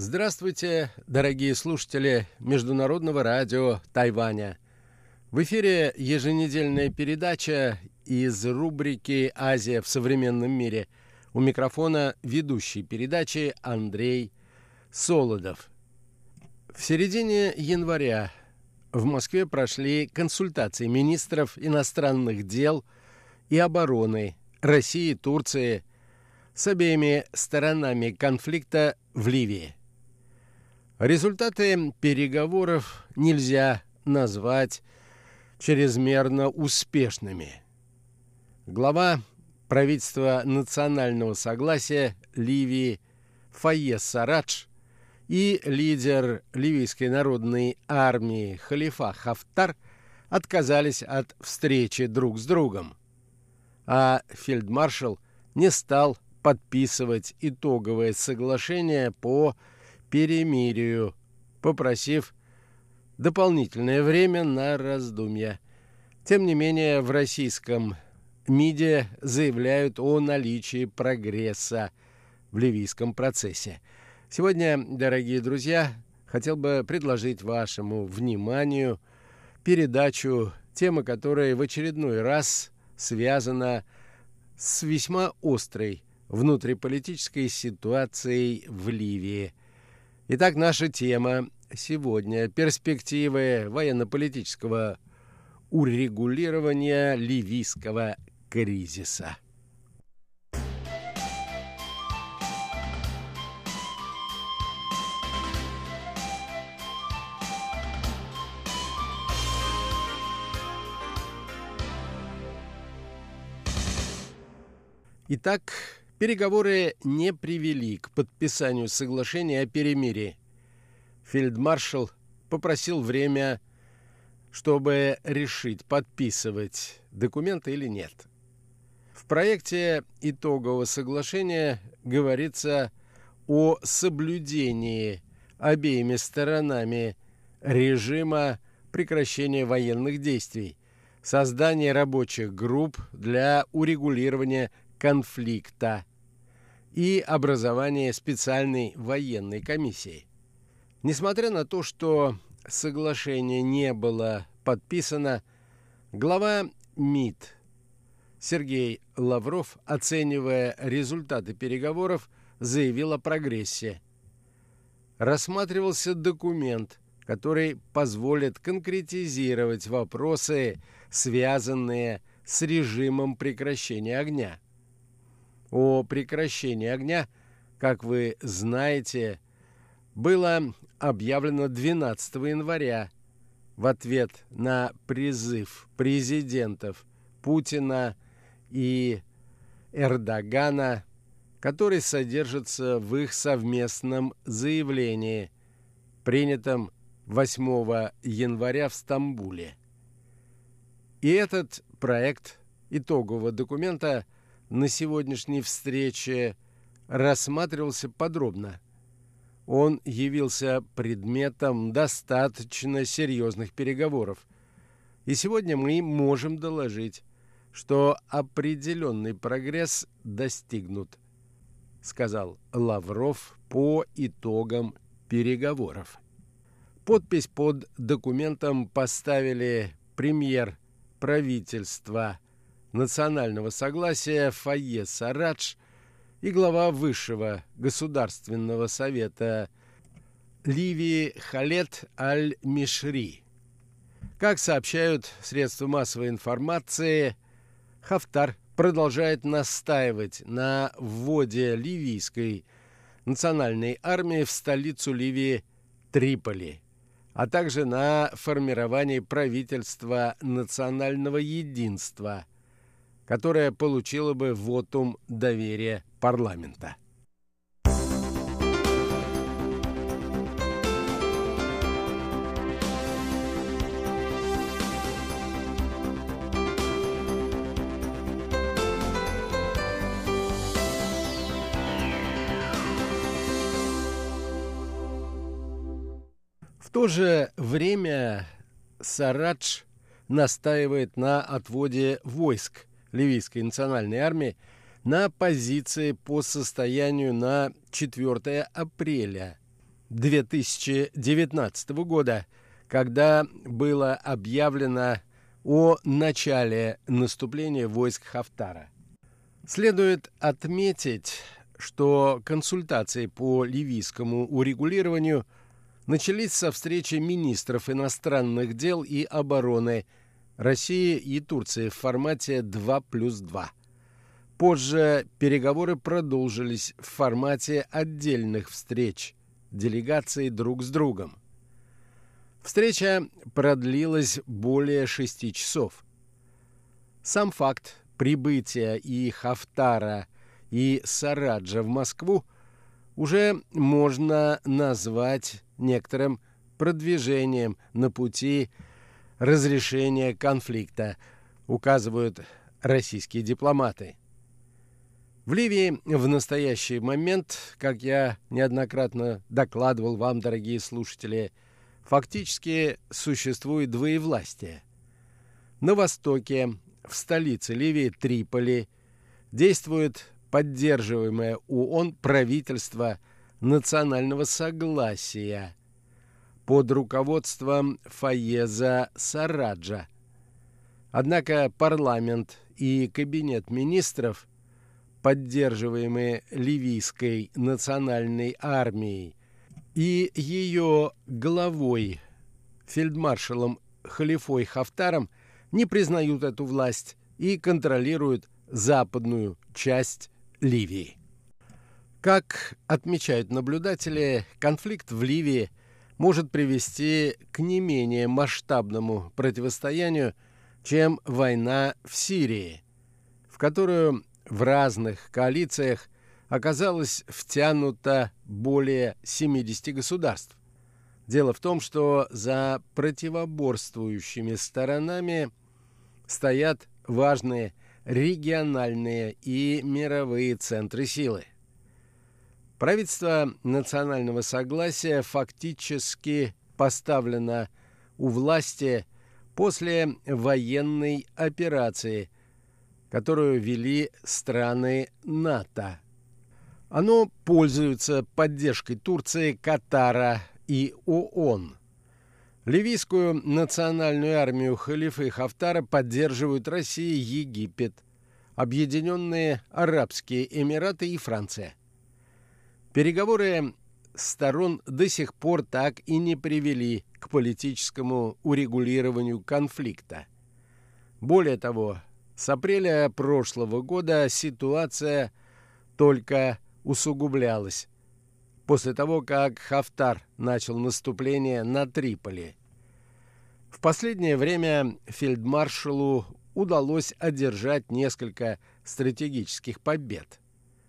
Здравствуйте, дорогие слушатели Международного радио Тайваня. В эфире еженедельная передача из рубрики «Азия в современном мире». У микрофона ведущий передачи Андрей Солодов. В середине января в Москве прошли консультации министров иностранных дел и обороны России и Турции с обеими сторонами конфликта в Ливии. Результаты переговоров нельзя назвать чрезмерно успешными. Глава правительства национального согласия Ливии Файез Сарадж и лидер ливийской народной армии Халифа Хафтар отказались от встречи друг с другом, а фельдмаршал не стал подписывать итоговое соглашение по перемирию, попросив дополнительное время на раздумья. Тем не менее, в российском МИДе заявляют о наличии прогресса в ливийском процессе. Сегодня, дорогие друзья, хотел бы предложить вашему вниманию передачу, тема которой в очередной раз связана с весьма острой внутриполитической ситуацией в Ливии. Итак, наша тема сегодня – перспективы военно-политического урегулирования ливийского кризиса. Итак, переговоры не привели к подписанию соглашения о перемирии. Фельдмаршал попросил время, чтобы решить, подписывать документы или нет. В проекте итогового соглашения говорится о соблюдении обеими сторонами режима прекращения военных действий, создании рабочих групп для урегулирования конфликта и образование специальной военной комиссии. Несмотря на то, что соглашение не было подписано, глава МИД Сергей Лавров, оценивая результаты переговоров, заявил о прогрессе. Рассматривался документ, который позволит конкретизировать вопросы, связанные с режимом прекращения огня. О прекращении огня, как вы знаете, было объявлено 12 января в ответ на призыв президентов Путина и Эрдогана, который содержится в их совместном заявлении, принятом 8 января в Стамбуле. И этот проект итогового документа на сегодняшней встрече рассматривался подробно. Он явился предметом достаточно серьезных переговоров. И сегодня мы можем доложить, что определенный прогресс достигнут, сказал Лавров по итогам переговоров. Подпись под документом поставили премьер правительства национального согласия Файез Сарадж и глава Высшего государственного совета Ливии Халед Аль-Мишри. Как сообщают средства массовой информации, Хафтар продолжает настаивать на вводе ливийской национальной армии в столицу Ливии Триполи, а также на формировании правительства национального единства, которое получило бы вотум доверия парламента. В то же время Сарадж настаивает на отводе войск ливийской национальной армии на позиции по состоянию на 4 апреля 2019 года, когда было объявлено о начале наступления войск Хафтара. Следует отметить, что консультации по ливийскому урегулированию начались со встречи министров иностранных дел и обороны России и Турции в формате 2+2. Позже переговоры продолжились в формате отдельных встреч делегаций друг с другом. Встреча продлилась более 6 часов. Сам факт прибытия и Хафтара, и Сараджа в Москву уже можно назвать некоторым продвижением на пути разрешения конфликта, указывают российские дипломаты. В Ливии в настоящий момент, как я неоднократно докладывал вам, дорогие слушатели, фактически существует двоевластие. На востоке, в столице Ливии, Триполи, действует поддерживаемое ООН правительство национального согласия под руководством Фаеза Сараджа. Однако парламент и кабинет министров, поддерживаемые ливийской национальной армией и ее главой, фельдмаршалом Халифой Хафтаром, не признают эту власть и контролируют западную часть Ливии. Как отмечают наблюдатели, конфликт в Ливии может привести к не менее масштабному противостоянию, чем война в Сирии, в которую в разных коалициях оказалось втянуто более 70 государств. Дело в том, что за противоборствующими сторонами стоят важные региональные и мировые центры силы. Правительство национального согласия фактически поставлено у власти после военной операции, которую вели страны НАТО. Оно пользуется поддержкой Турции, Катара и ООН. Ливийскую национальную армию халифы Хафтара поддерживают Россия, Египет, Объединенные Арабские Эмираты и Франция. Переговоры сторон до сих пор так и не привели к политическому урегулированию конфликта. Более того, с апреля прошлого года ситуация только усугублялась после того, как Хафтар начал наступление на Триполи. В последнее время фельдмаршалу удалось одержать несколько стратегических побед.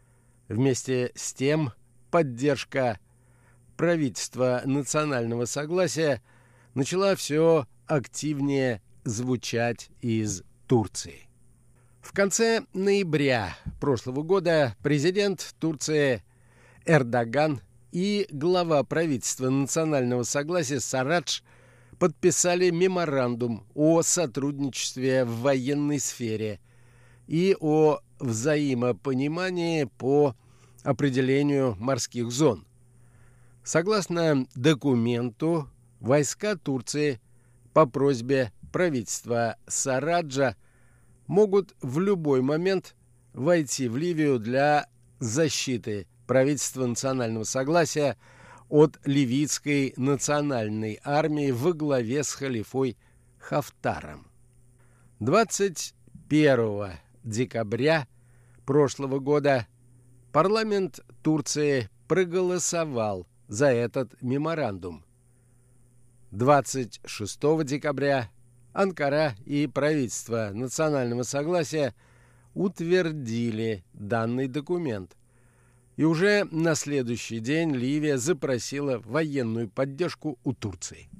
Вместе с тем, поддержка правительства национального согласия начала все активнее звучать из Турции. В конце ноября прошлого года президент Турции Эрдоган и глава правительства национального согласия Сарадж подписали меморандум о сотрудничестве в военной сфере и о взаимопонимании по определению морских зон. Согласно документу, войска Турции по просьбе правительства Сараджа могут в любой момент войти в Ливию для защиты правительства национального согласия от ливийской национальной армии во главе с халифой Хафтаром. 21 декабря прошлого года парламент Турции проголосовал за этот меморандум. 26 декабря Анкара и правительство национального согласия утвердили данный документ. И уже на следующий день Ливия запросила военную поддержку у Турции.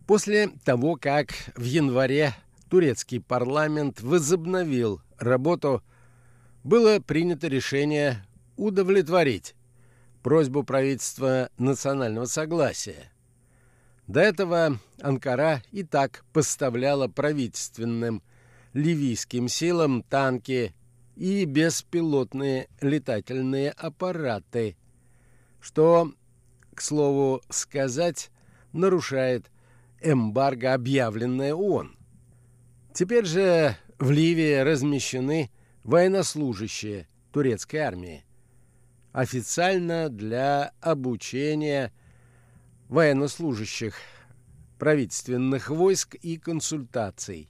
После того, как в январе турецкий парламент возобновил работу, было принято решение удовлетворить просьбу правительства национального согласия. До этого Анкара и так поставляла правительственным ливийским силам танки и беспилотные летательные аппараты, что, к слову сказать, нарушает эмбарго, объявленное ООН. Теперь же в Ливии размещены военнослужащие турецкой армии, официально для обучения военнослужащих правительственных войск и консультаций.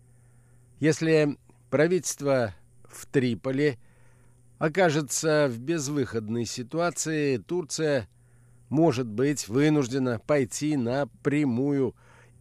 Если правительство в Триполи окажется в безвыходной ситуации, Турция может быть вынуждена пойти на прямую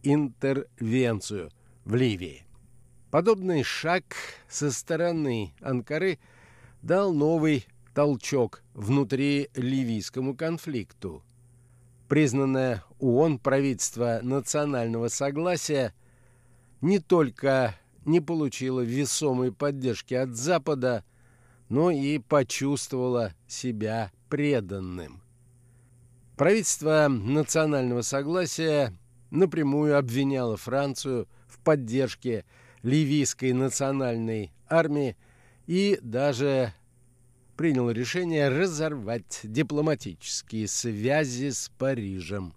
интервенцию в Ливии. Подобный шаг со стороны Анкары дал новый толчок внутри ливийскому конфликту. Признанное ООН правительство национального согласия не только не получило весомой поддержки от Запада, но и почувствовало себя преданным. Правительство национального согласия напрямую обвиняло Францию в поддержке ливийской национальной армии и даже приняло решение разорвать дипломатические связи с Парижем.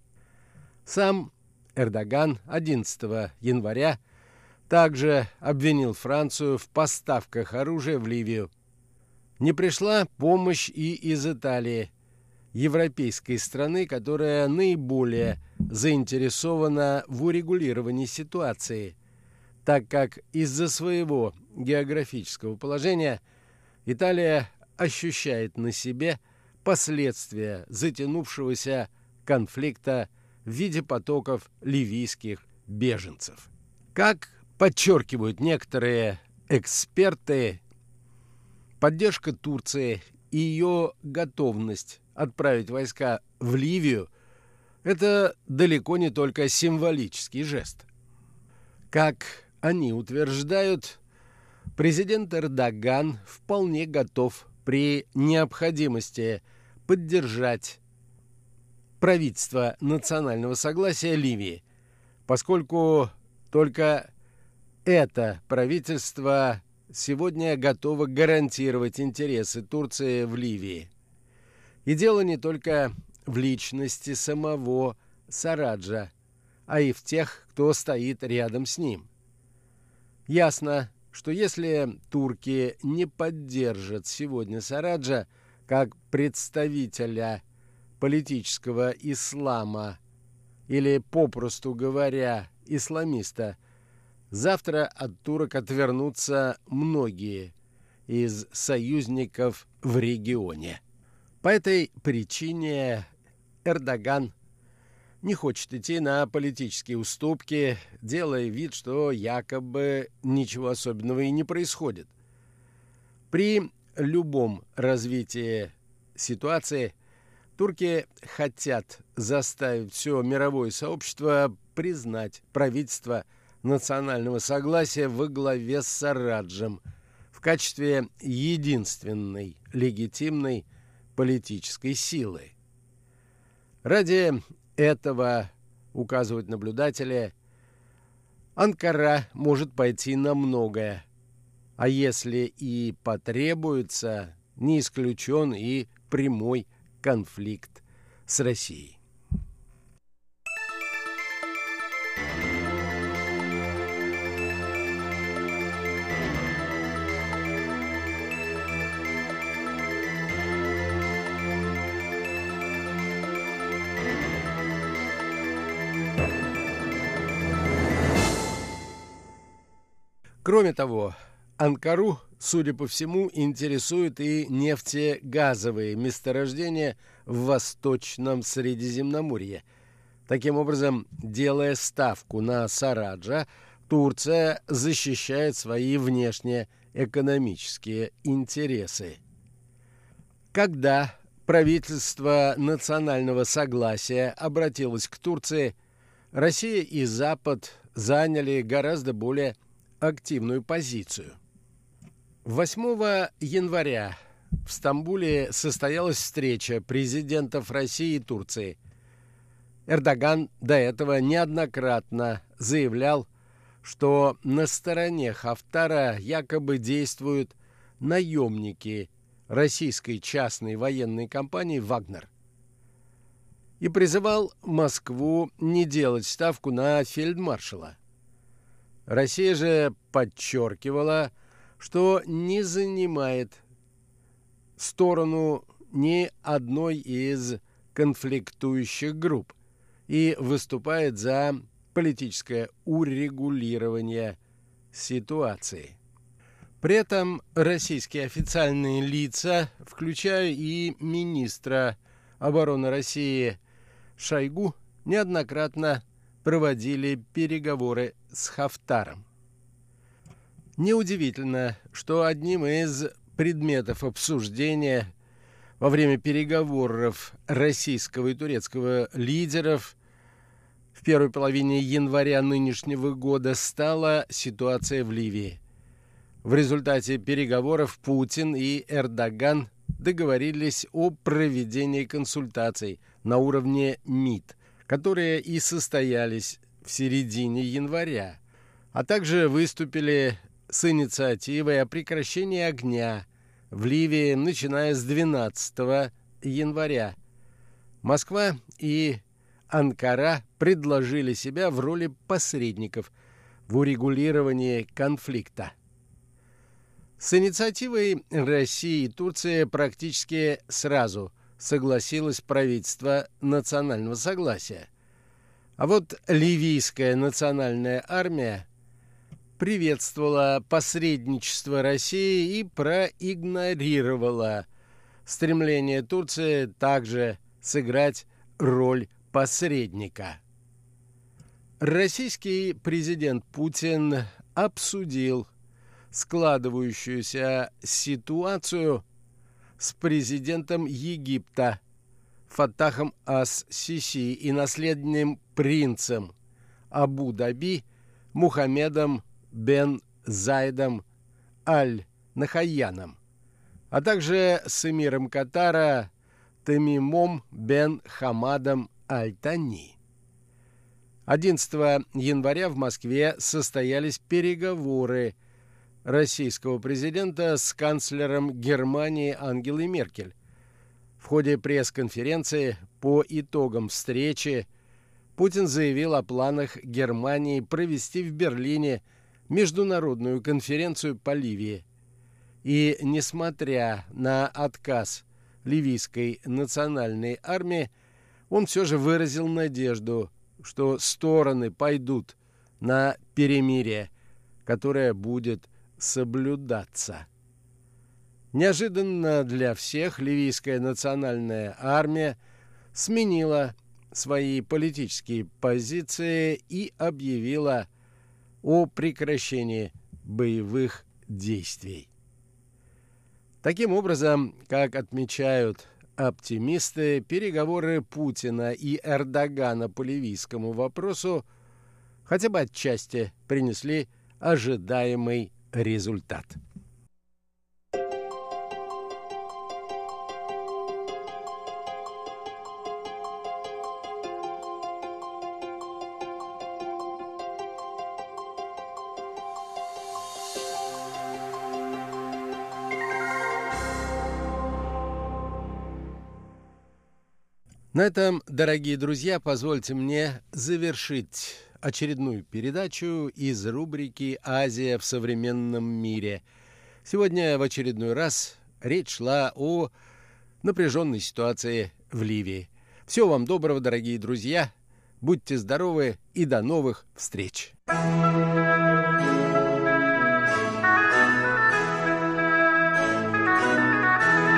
Сам Эрдоган 11 января также обвинил Францию в поставках оружия в Ливию. Не пришла помощь и из Италии, европейской страны, которая наиболее заинтересована в урегулировании ситуации, так как из-за своего географического положения Италия ощущает на себе последствия затянувшегося конфликта в виде потоков ливийских беженцев. Как подчеркивают некоторые эксперты, поддержка Турции и ее готовность отправить войска в Ливию – это далеко не только символический жест. Как они утверждают, президент Эрдоган вполне готов при необходимости поддержать правительство национального согласия Ливии, поскольку только это правительство сегодня готово гарантировать интересы Турции в Ливии. И дело не только в личности самого Сараджа, а и в тех, кто стоит рядом с ним. Ясно, что если турки не поддержат сегодня Сараджа как представителя политического ислама или, попросту говоря, исламиста, завтра от турок отвернутся многие из союзников в регионе. По этой причине Эрдоган не хочет идти на политические уступки, делая вид, что якобы ничего особенного и не происходит. При любом развитии ситуации турки хотят заставить все мировое сообщество признать правительство национального согласия во главе с Сараджем в качестве единственной легитимной политической силы. Ради этого, указывают наблюдатели, Анкара может пойти на многое, а если и потребуется, не исключен и прямой конфликт с Россией. Кроме того, Анкару, судя по всему, интересуют и нефтегазовые месторождения в Восточном Средиземноморье. Таким образом, делая ставку на Сараджа, Турция защищает свои внешнеэкономические интересы. Когда правительство национального согласия обратилось к Турции, Россия и Запад заняли гораздо более активную позицию. 8 января в Стамбуле состоялась встреча президентов России и Турции. Эрдоган до этого неоднократно заявлял, что на стороне Хафтара якобы действуют наемники российской частной военной компании «Вагнер», и призывал Москву не делать ставку на фельдмаршала. Россия же подчеркивала, что не занимает сторону ни одной из конфликтующих групп и выступает за политическое урегулирование ситуации. При этом российские официальные лица, включая и министра обороны России Шойгу, неоднократно проводили переговоры с Хафтаром. Неудивительно, что одним из предметов обсуждения во время переговоров российского и турецкого лидеров в первой половине января нынешнего года стала ситуация в Ливии. В результате переговоров Путин и Эрдоган договорились о проведении консультаций на уровне МИД, которые и состоялись в середине января, а также выступили с инициативой о прекращении огня в Ливии, начиная с 12 января. Москва и Анкара предложили себя в роли посредников в урегулировании конфликта. С инициативой России и Турции практически сразу согласилось правительство национального согласия. А вот ливийская национальная армия приветствовала посредничество России и проигнорировала стремление Турции также сыграть роль посредника. Российский президент Путин обсудил складывающуюся ситуацию с президентом Египта Фаттахом ас-Сиси и наследным принцем Абу-Даби Мухаммедом бен Заидом аль-Нахаяном, а также с эмиром Катара Тамимом бен Хамадом аль-Тани. 11 января в Москве состоялись переговоры российского президента с канцлером Германии Ангелой Меркель. В ходе пресс-конференции по итогам встречи Путин заявил о планах Германии провести в Берлине международную конференцию по Ливии. И, несмотря на отказ ливийской национальной армии, он все же выразил надежду, что стороны пойдут на перемирие, которое будет соблюдаться. Неожиданно для всех ливийская национальная армия сменила свои политические позиции и объявила о прекращении боевых действий. Таким образом, как отмечают оптимисты, переговоры Путина и Эрдогана по ливийскому вопросу хотя бы отчасти принесли ожидаемый результат. На этом, дорогие друзья, позвольте мне завершить очередную передачу из рубрики «Азия в современном мире». Сегодня в очередной раз речь шла о напряженной ситуации в Ливии. Всего вам доброго, дорогие друзья, будьте здоровы и до новых встреч!